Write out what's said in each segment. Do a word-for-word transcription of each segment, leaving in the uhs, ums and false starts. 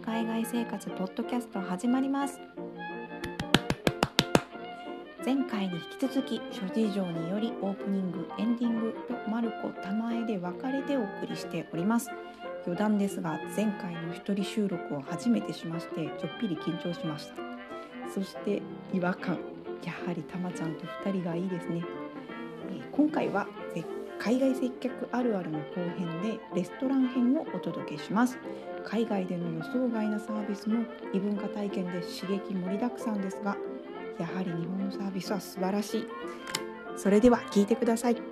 海外生活ポッドキャスト始まります。前回に引き続き諸事情によりオープニングエンディングとマルコ玉江で分かれてお送りしております。余談ですが、前回の一人収録を初めてしましてちょっぴり緊張しました。そして違和感、やはりたまちゃんとふたりがいいですね。今回は海外接客あるあるの後編でレストラン編をお届けします。海外での予想外なサービスも異文化体験で刺激盛りだくさんですが、やはり日本のサービスは素晴らしい。それでは聞いてください。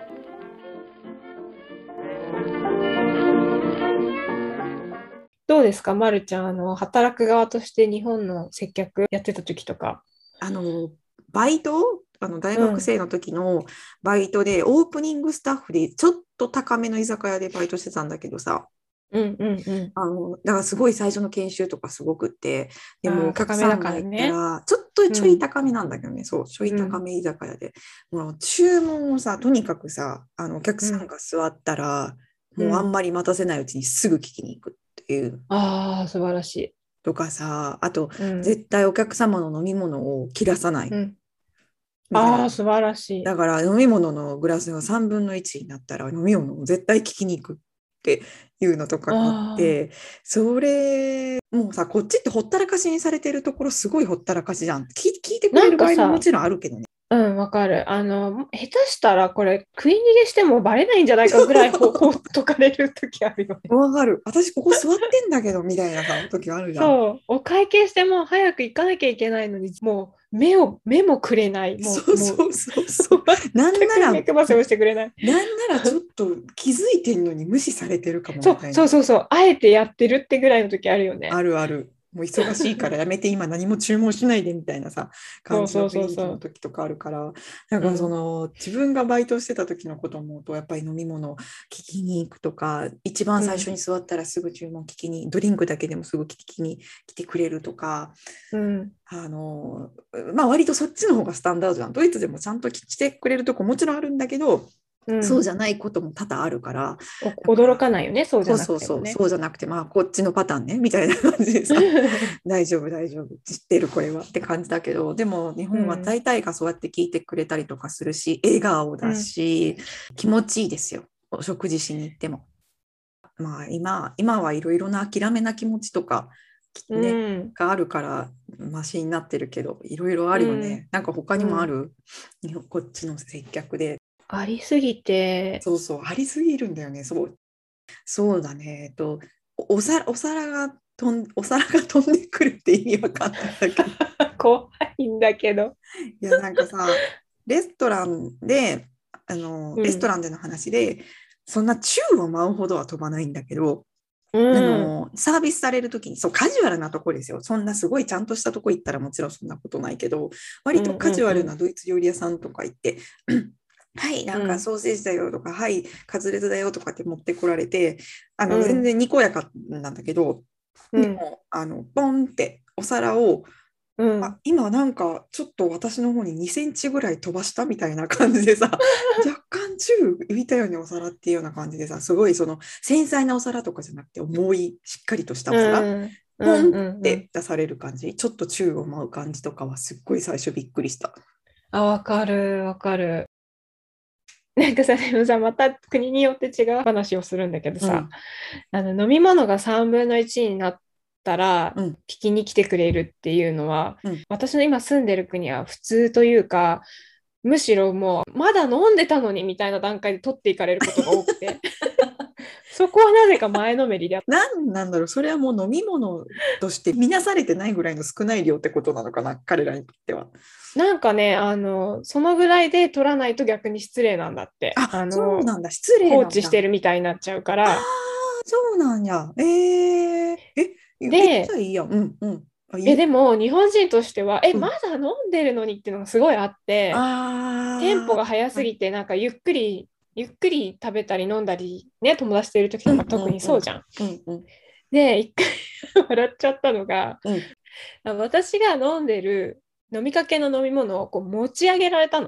どうですか、まるちゃん、あの働く側として日本の接客やってた時とか。 あのバイトあの大学生の時のバイトで、オープニングスタッフでちょっと高めの居酒屋でバイトしてたんだけどさ、 うんうんうん、 あのだからすごい最初の研修とかすごくって、でもお客さんが行ったらちょっとちょい高めなんだけどね、うん、そうちょい高め居酒屋で、うん、もう注文をさ、とにかくさ、あのお客さんが座ったら、うん、もうあんまり待たせないうちにすぐ聞きに行くっていう。 ああ、素晴らしい。 とかさ、あと、うん、絶対お客様の飲み物を切らさない、うん、 ああ、素晴らしい。 だから飲み物のグラスがさんぶんのいちになったら飲み物を絶対聞きに行くっていうのとかがあって、それもうさ、こっちってほったらかしにされてるところすごいほったらかしじゃん。聞いてくれる場合ももちろんあるけどね。 うん、わかる。あの、下手したらこれ食い逃げしてもバレないんじゃないかぐらいほっとかれる時あるよね。 わかる。私ここ座ってんだけどみたいなさ時あるじゃん。 そう。お会計しても早く行かなきゃいけないのに、もう目を目もくれない。もうそうそうそうそう。なんなら目配せをしてくれない。 なんならちょっと気づいてんのに無視されてるかもみたいな。 そうそうそうそう。あえてやってるってぐらいの時あるよね。 あるある。もう忙しいからやめて今何も注文しないでみたいなさ感じの雰囲気の時とかあるから、だからその、うん、自分がバイトしてた時のことを思うと、やっぱり飲み物聞きに行くとか、一番最初に座ったらすぐ注文聞きに、うん、ドリンクだけでもすぐ聞きに来てくれるとか、うん、あのまあ割とそっちの方がスタンダードじゃん。ドイツでもちゃんと来てくれるとこもちろんあるんだけど、うん、そうじゃないことも多々あるから、 驚かないよね、そうじゃなくてもね。 そうそうそう、そうじゃなくて、まあこっちのパターンねみたいな感じでさ大丈夫大丈夫知ってるこれはって感じだけど、でも日本は大体がそうやって聞いてくれたりとかするし、笑顔だし、うん、気持ちいいですよ、お食事しに行っても。まあ今今はいろいろな諦めな気持ちとかね、うん、があるからマシになってるけど、いろいろあるよね、うん、なんか他にもある、うん、こっちの接客でありすぎて。 そうそう、ありすぎるんだよね。そうそうだね、えっと、お皿、お皿が飛んお皿が飛んでくるって意味わかんないんだけど怖いんだけど。 いやなんかさ、レストランであの、うん、レストランでの話でそんな宙を舞うほどは飛ばないんだけど、うん、あのサービスされるときに、そうカジュアルなとこですよ。そんなすごいちゃんとしたとこ行ったらもちろんそんなことないけど、割とカジュアルなドイツ料理屋さんとか行って、うんうんうんはい、なんかソーセージだよとか、うん、はい、カツレツだよとかって持ってこられて、あの、うん、全然にこやかなんだけど、うん、でもあのポンってお皿を、うん、あ今なんかちょっと私の方ににセンチぐらい飛ばしたみたいな感じでさ若干宙浮いたようにお皿っていうような感じでさ、すごいその繊細なお皿とかじゃなくて重いしっかりとしたお皿、うん、ポンって出される感じ、ちょっと宙を舞う感じとかはすっごい最初びっくりした。 あ、わかるわかる。なんかさ、でもさ、また国によって違う話をするんだけどさ、うん、あの飲み物がさんぶんのいちになったら聞きに来てくれるっていうのは、うん、私の今住んでる国は普通というか、むしろもうまだ飲んでたのにみたいな段階で取っていかれることが多くてそこはなぜか前のめりで。 なんなんだろう、それはもう飲み物として見なされてないぐらいの少ない量ってことなのかな、彼らにとっては。 なんかね、あのそのぐらいで取らないと逆に失礼なんだって。 あ、あのそうなんだ、失礼なんだ、 放置してるみたいになっちゃうから。 あ、そうなんや。えー、えで、いいや、うんうん。 えでも日本人としてはえ、うん、まだ飲んでるのにっていうのがすごいあって、あテンポが早すぎて、なんかゆっくりゆっくり食べたり飲んだりね、友達といる時とか特にそうじゃん。うんうん、で一回笑っちゃったのが、うん、私が飲んでる飲みかけの飲み物をこう持ち上げられたのね。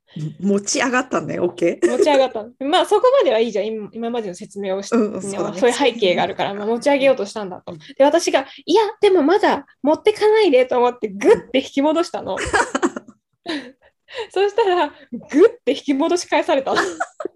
持ち上がったんだよ、OK。 持ち上がった。まあそこまではいいじゃん。今、今までの説明をして、 うん、そうだね、 そういう背景があるから、まあ、持ち上げようとしたんだと。で、私が、いや、でもまだ持ってかないでと思って、グッて引き戻したの。そうしたら、グッて引き戻し返されたの。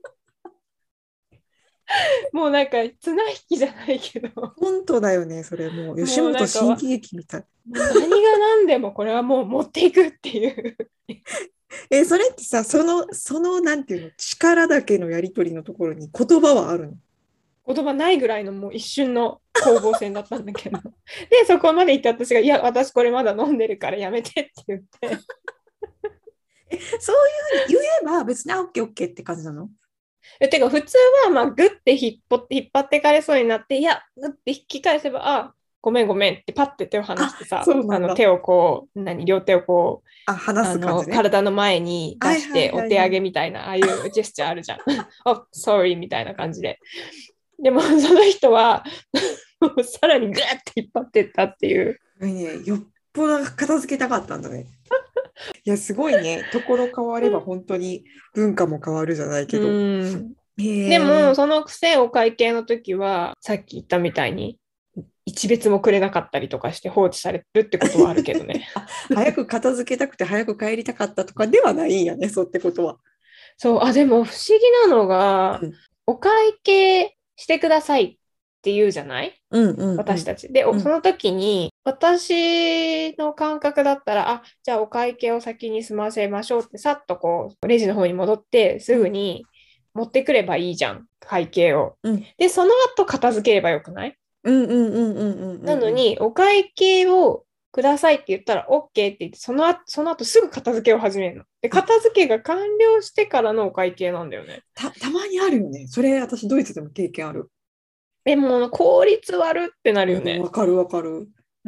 もうなんか綱引きじゃないけど。 本当だよね、それもう吉本新喜劇みたい。 何が何でもこれはもう持っていくっていう。 え、それってさ、その、そのなんていうの、力だけのやり取りのところに言葉はあるの？ 言葉ないぐらいのもう一瞬の攻防戦だったんだけど。で、そこまで行って私が、いや、私これまだ飲んでるからやめてって言って。 え、そういうふうに言えば別にあ、オッケーオッケーって感じなの？ え、てか普通はまあグッて引っ張引っ張ってかれそうになって、いや、グッて引き返せば、あ、ごめんごめんってパッて手を離してさ、あの手をこう、何、両手をこう、 あ、離す感じね、 あの体の前に出してお手上げみたいな、ああいうジェスチャーあるじゃん。oh, sorry みたいな感じで。でもその人はさらにグッて引っ張ってったっていう。 ね、よっぽど片付けたかったんだね。いや、すごいね。ところ変われば本当に文化も変わるじゃないけど。 うんでも、そのくせお会計の時は、さっき言ったみたいに、一別もくれなかったりとかして放置されるってことはあるけどね。 早く片付けたくて早く帰りたかったとかではないんやね、そうってことは。 そう、あ、でも不思議なのが、うん、お会計してくださいって言うじゃない、 うんうんうん、 私たち。で、うん、その時に、私の感覚だったら、あ、じゃあお会計を先に済ませましょうって、さっとこう、レジの方に戻って、すぐに持ってくればいいじゃん、会計を。うん、で、その後片付ければよくない？ うんうんうんうんうん。 なのに、お会計をくださいって言ったら OK って言って、その後、その後すぐ片付けを始めるの。で、片付けが完了してからのお会計なんだよね。 た、たまにあるよね。それ、私、ドイツでも経験ある。 え、もう効率悪ってなるよね。 わかるわかる。 うん。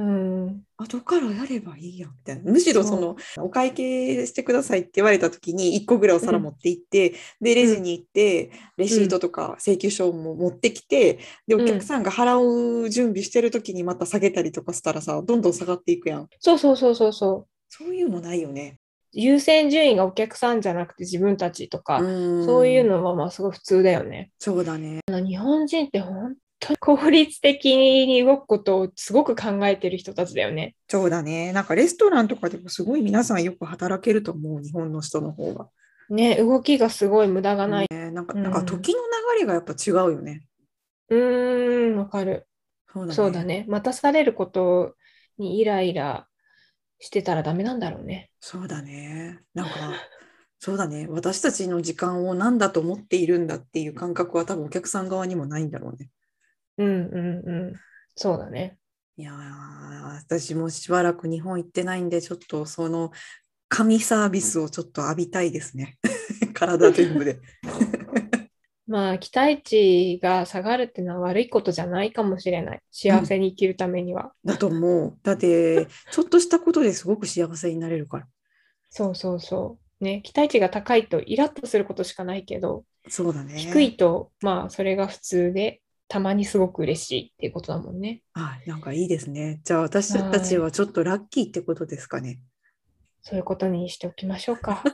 後からやればいいやみたいな。むしろそのお会計してくださいって言われた時にいっこぐらいお皿持って行って、うん、でレジに行ってレシートとか請求書も持ってきて、でお客さんが払う準備してる時にまた下げたりとかしたらさ、どんどん下がっていくやん。 そうそうそうそうそう。 そういうのないよね。 優先順位がお客さんじゃなくて自分たちとか、うそういうのはまあすごい普通だよね。 そうだね。 日本人って本効率的に動くことをすごく考えてる人たちだよね。 そうだね。なんかレストランとかでもすごい皆さんよく働けると思う、日本の人の方が。 ね、動きがすごい無駄がない。 ね、なんか、うん、なんか時の流れがやっぱ違うよね。 うーん、わかる。 そうだね。 そうだね。待たされることにイライラしてたらダメなんだろうね。 そうだね。なんかそうだね。私たちの時間を何だと思っているんだっていう感覚は多分お客さん側にもないんだろうね。 うんうんうん。そうだね。 いや私もしばらく日本行ってないんで、ちょっとその神サービスをちょっと浴びたいですね。体全部で。 まあ期待値が下がるっていうのは悪いことじゃないかもしれない。幸せに生きるためには。 うん、だと思う。だってちょっとしたことですごく幸せになれるから。 そうそうそう。ね、期待値が高いとイラッとすることしかないけど、 そうだね。 低いとまあそれが普通で、たまにすごく嬉しいっていうことだもんね。 あ、なんかいいですね。じゃあ私たちはちょっとラッキーってことですかね。 そういうことにしておきましょうか。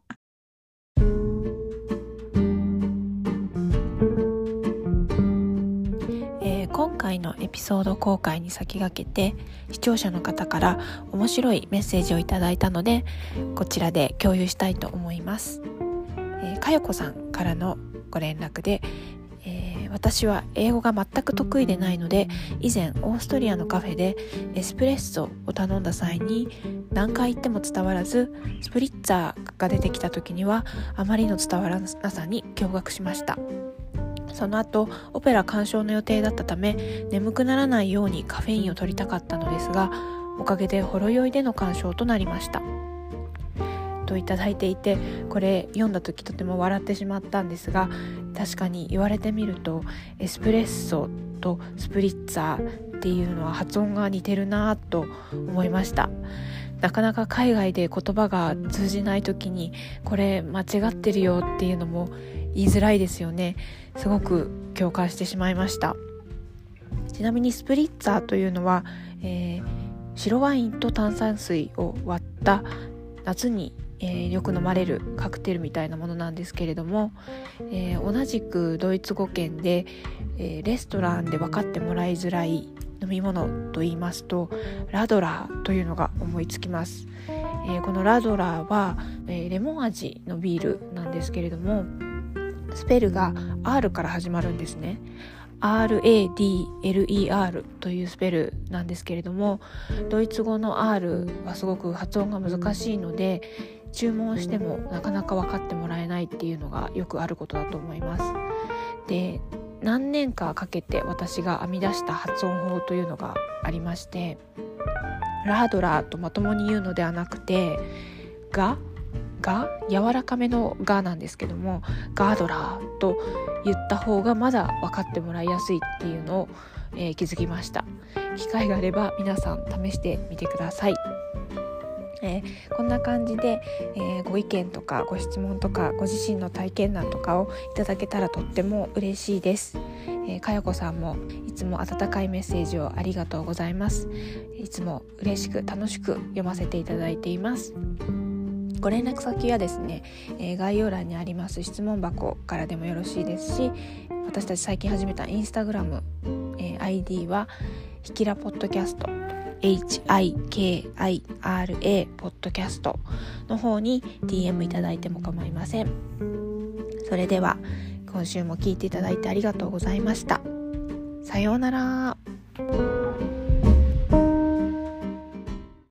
えー、今回のエピソード公開に先駆けて視聴者の方から面白いメッセージをいただいたので、こちらで共有したいと思います。えー、かよこさんからのご連絡で、えー、私は英語が全く得意でないので、以前オーストリアのカフェでエスプレッソを頼んだ際に何回言っても伝わらず、スプリッツァーが出てきた時にはあまりの伝わらなさに驚愕しました。その後オペラ鑑賞の予定だったため、眠くならないようにカフェインを取りたかったのですが、おかげでほろ酔いでの鑑賞となりましたといただいていて、これ読んだ時とても笑ってしまったんですが、確かに言われてみるとエスプレッソとスプリッツァーっていうのは発音が似てるなと思いました。なかなか海外で言葉が通じない時にこれ間違ってるよっていうのも言いづらいですよね。すごく共感してしまいました。ちなみにスプリッツァーというのは、えー、白ワインと炭酸水を割った夏にえー、よく飲まれるカクテルみたいなものなんですけれども、えー、同じくドイツ語圏で、えー、レストランで分かってもらいづらい飲み物と言いますとラドラーというのが思いつきます。えー、このラドラーは、えー、レモン味のビールなんですけれども、スペルが R から始まるんですね。アールエーディーエルイーアール というスペルなんですけれども、ドイツ語の R はすごく発音が難しいので注文してもなかなか分かってもらえないっていうのがよくあることだと思います。で、何年かかけて私が編み出した発音法というのがありまして、ラドラーとまともに言うのではなくてがが柔らかめのがなんですけども、ガードラーと言った方がまだ分かってもらいやすいっていうのを、えー、気づきました。機会があれば皆さん試してみてください。えー、こんな感じで、えー、ご意見とかご質問とかご自身の体験談とかをいただけたらとっても嬉しいです。えー、かよこさんもいつも温かいメッセージをありがとうございます。いつも嬉しく楽しく読ませていただいています。ご連絡先はですね、えー、概要欄にあります質問箱からでもよろしいですし、私たち最近始めたインスタグラム、えー、アイディー はひきらポッドキャスト エイチアイケーアイアールエー ポッドキャストの方に ディーエム いただいても構いません。それでは今週も聞いていただいてありがとうございました。さようなら。